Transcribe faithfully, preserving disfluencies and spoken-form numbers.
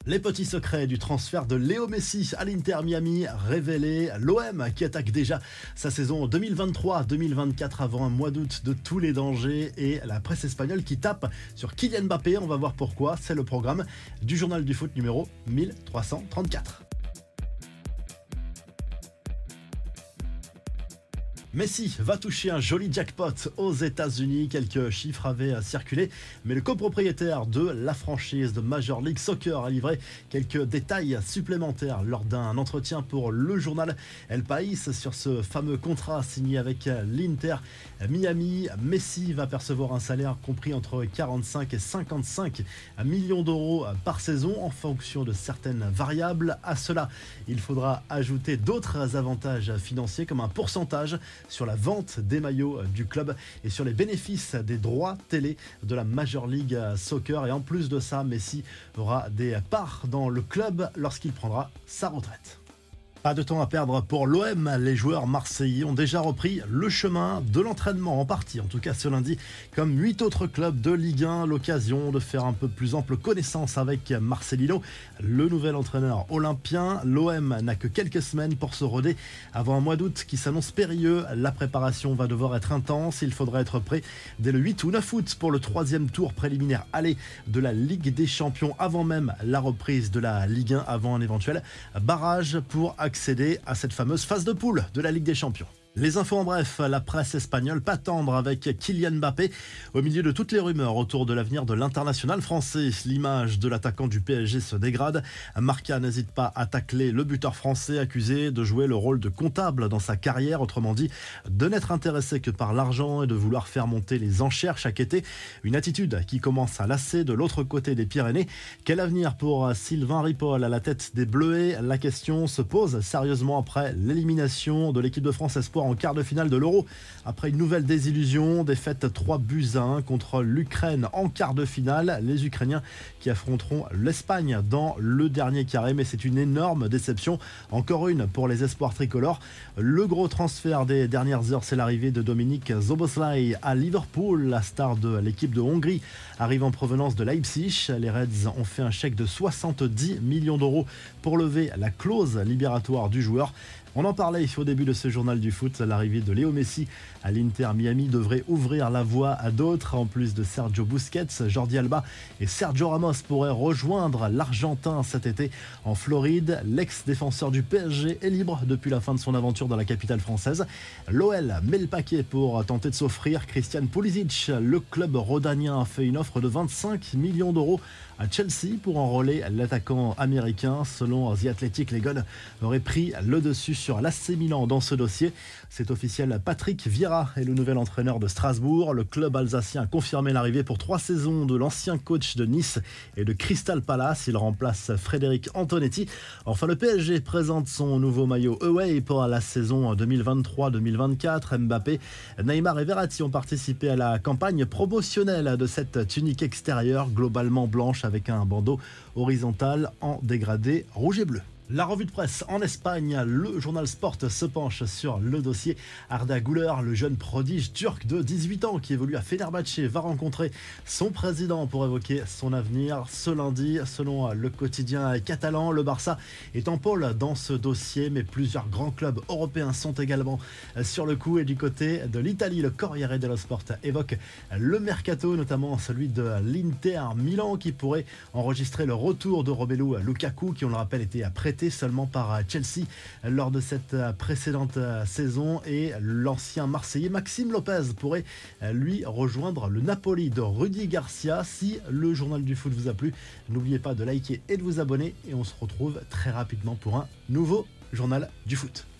Les petits secrets du transfert de Léo Messi à l'Inter Miami révélés. L'O M qui attaque déjà sa saison deux mille vingt-trois deux mille vingt-quatre avant un mois d'août de tous les dangers et la presse espagnole qui tape sur Kylian Mbappé. On va voir pourquoi. C'est le programme du journal du foot numéro mille trois cent trente-quatre. Messi va toucher un joli jackpot aux États-Unis. Quelques chiffres avaient circulé, mais le copropriétaire de la franchise de Major League Soccer a livré quelques détails supplémentaires lors d'un entretien pour le journal El País sur ce fameux contrat signé avec l'Inter Miami. Messi va percevoir un salaire compris entre quarante-cinq et cinquante-cinq millions d'euros par saison en fonction de certaines variables. À cela, il faudra ajouter d'autres avantages financiers comme un pourcentage sur la vente des maillots du club et sur les bénéfices des droits télé de la Major League Soccer. Et en plus de ça, Messi aura des parts dans le club lorsqu'il prendra sa retraite. Pas de temps à perdre pour l'O M. Les joueurs marseillais ont déjà repris le chemin de l'entraînement en partie, en tout cas ce lundi, comme huit autres clubs de Ligue un. L'occasion de faire un peu plus ample connaissance avec Marcelino, le nouvel entraîneur olympien. L'O M n'a que quelques semaines pour se roder avant un mois d'août qui s'annonce périlleux. La préparation va devoir être intense. Il faudra être prêt dès le huit ou neuf août pour le troisième tour préliminaire aller de la Ligue des Champions avant même la reprise de la Ligue un, avant un éventuel barrage pour accéder à cette fameuse phase de poule de la Ligue des Champions. Les infos en bref, la presse espagnole pas tendre avec Kylian Mbappé au milieu de toutes les rumeurs autour de l'avenir de l'international français. L'image de l'attaquant du P S G se dégrade. Marca n'hésite pas à tacler le buteur français accusé de jouer le rôle de comptable dans sa carrière, autrement dit de n'être intéressé que par l'argent et de vouloir faire monter les enchères chaque été. Une attitude qui commence à lasser de l'autre côté des Pyrénées. Quel avenir pour Sylvain Ripoll à la tête des Bleuets? La question se pose sérieusement après l'élimination de l'équipe de France Espoir en quart de finale de l'Euro. Après une nouvelle désillusion, défaite trois buts à un contre l'Ukraine en quart de finale. Les Ukrainiens qui affronteront l'Espagne dans le dernier carré, mais c'est une énorme déception. Encore une pour les espoirs tricolores. Le gros transfert des dernières heures, c'est l'arrivée de Dominik Szoboszlai à Liverpool. La star de l'équipe de Hongrie arrive en provenance de Leipzig. Les Reds ont fait un chèque de soixante-dix millions d'euros pour lever la clause libératoire du joueur. On en parlait au début de ce journal du foot. L'arrivée de Léo Messi à l'Inter Miami devrait ouvrir la voie à d'autres. En plus de Sergio Busquets, Jordi Alba et Sergio Ramos pourraient rejoindre l'Argentin cet été en Floride. L'ex-défenseur du P S G est libre depuis la fin de son aventure dans la capitale française. L'O L met le paquet pour tenter de s'offrir Christian Pulisic. Le club rhodanien a fait une offre de vingt-cinq millions d'euros à Chelsea pour enrôler l'attaquant américain. Selon The Athletic, les Gones auraient pris le dessus sur l'A C Milan dans ce dossier. C'est officiel, Patrick Vieira est le nouvel entraîneur de Strasbourg. Le club alsacien a confirmé l'arrivée pour trois saisons de l'ancien coach de Nice et de Crystal Palace. Il remplace Frédéric Antonetti. Enfin, le P S G présente son nouveau maillot away pour la saison deux mille vingt-trois deux mille vingt-quatre. Mbappé, Neymar et Verratti ont participé à la campagne promotionnelle de cette tunique extérieure globalement blanche avec un bandeau horizontal en dégradé rouge et bleu. La revue de presse en Espagne, le journal Sport se penche sur le dossier. Arda Güler, le jeune prodige turc de dix-huit ans qui évolue à Fenerbahçe, va rencontrer son président pour évoquer son avenir ce lundi. Selon le quotidien catalan, le Barça est en pôle dans ce dossier, mais plusieurs grands clubs européens sont également sur le coup. Et du côté de l'Italie, le Corriere dello Sport évoque le mercato, notamment celui de l'Inter Milan qui pourrait enregistrer le retour de Romelu Lukaku, qui on le rappelle était prêté seulement par Chelsea lors de cette précédente saison, et l'ancien Marseillais Maxime Lopez pourrait lui rejoindre le Napoli de Rudy Garcia. Si le journal du foot vous a plu, n'oubliez pas de liker et de vous abonner et on se retrouve très rapidement pour un nouveau journal du foot.